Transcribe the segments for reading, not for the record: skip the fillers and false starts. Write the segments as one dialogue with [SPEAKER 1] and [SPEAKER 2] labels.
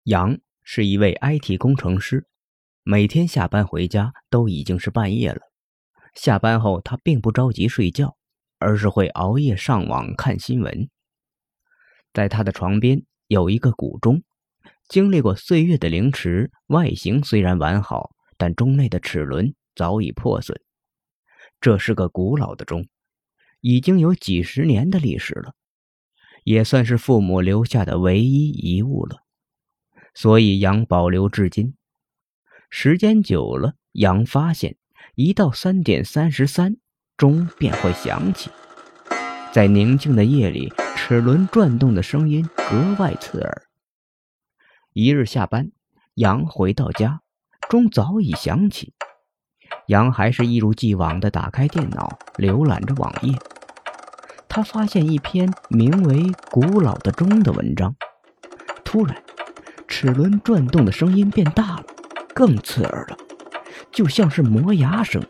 [SPEAKER 1] 杨是一位 IT 工程师，每天下班回家都已经是半夜了。下班后他并不着急睡觉，而是会熬夜上网看新闻。在他的床边有一个古钟，经历过岁月的凌迟，外形虽然完好，但钟内的齿轮早已破损。这是个古老的钟，已经有几十年的历史了，也算是父母留下的唯一遗物了，所以杨保留至今。时间久了，杨发现一到3点33，钟便会响起。在宁静的夜里，齿轮转动的声音格外刺耳。一日下班，杨回到家，钟早已响起。杨还是一如既往地打开电脑，浏览着网页。他发现一篇名为《古老的钟》的文章。突然，齿轮转动的声音变大了，更刺耳了，就像是磨牙声。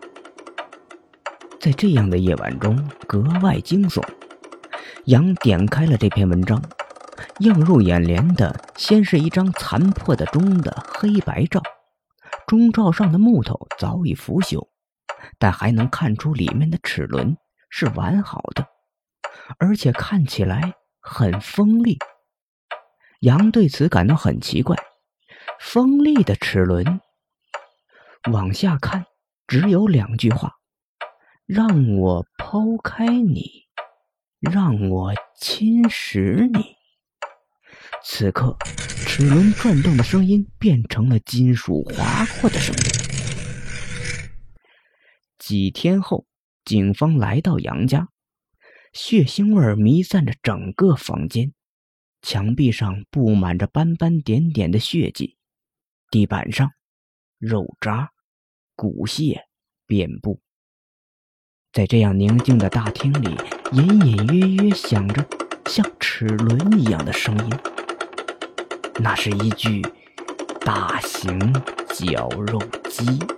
[SPEAKER 1] 在这样的夜晚中格外惊悚。杨点开了这篇文章，映入眼帘的先是一张残破的钟的黑白照，钟罩上的木头早已腐朽，但还能看出里面的齿轮是完好的，而且看起来很锋利。杨对此感到很奇怪，锋利的齿轮。往下看，只有2句话：让我剖开你，让我侵蚀你。此刻，齿轮转动的声音变成了金属划过的声音。几天后，警方来到杨家，血腥味弥散着整个房间，墙壁上布满着斑斑点点的血迹，地板上肉渣、骨屑遍布。在这样宁静的大厅里，隐隐约约响着像齿轮一样的声音，那是一具大型绞肉机。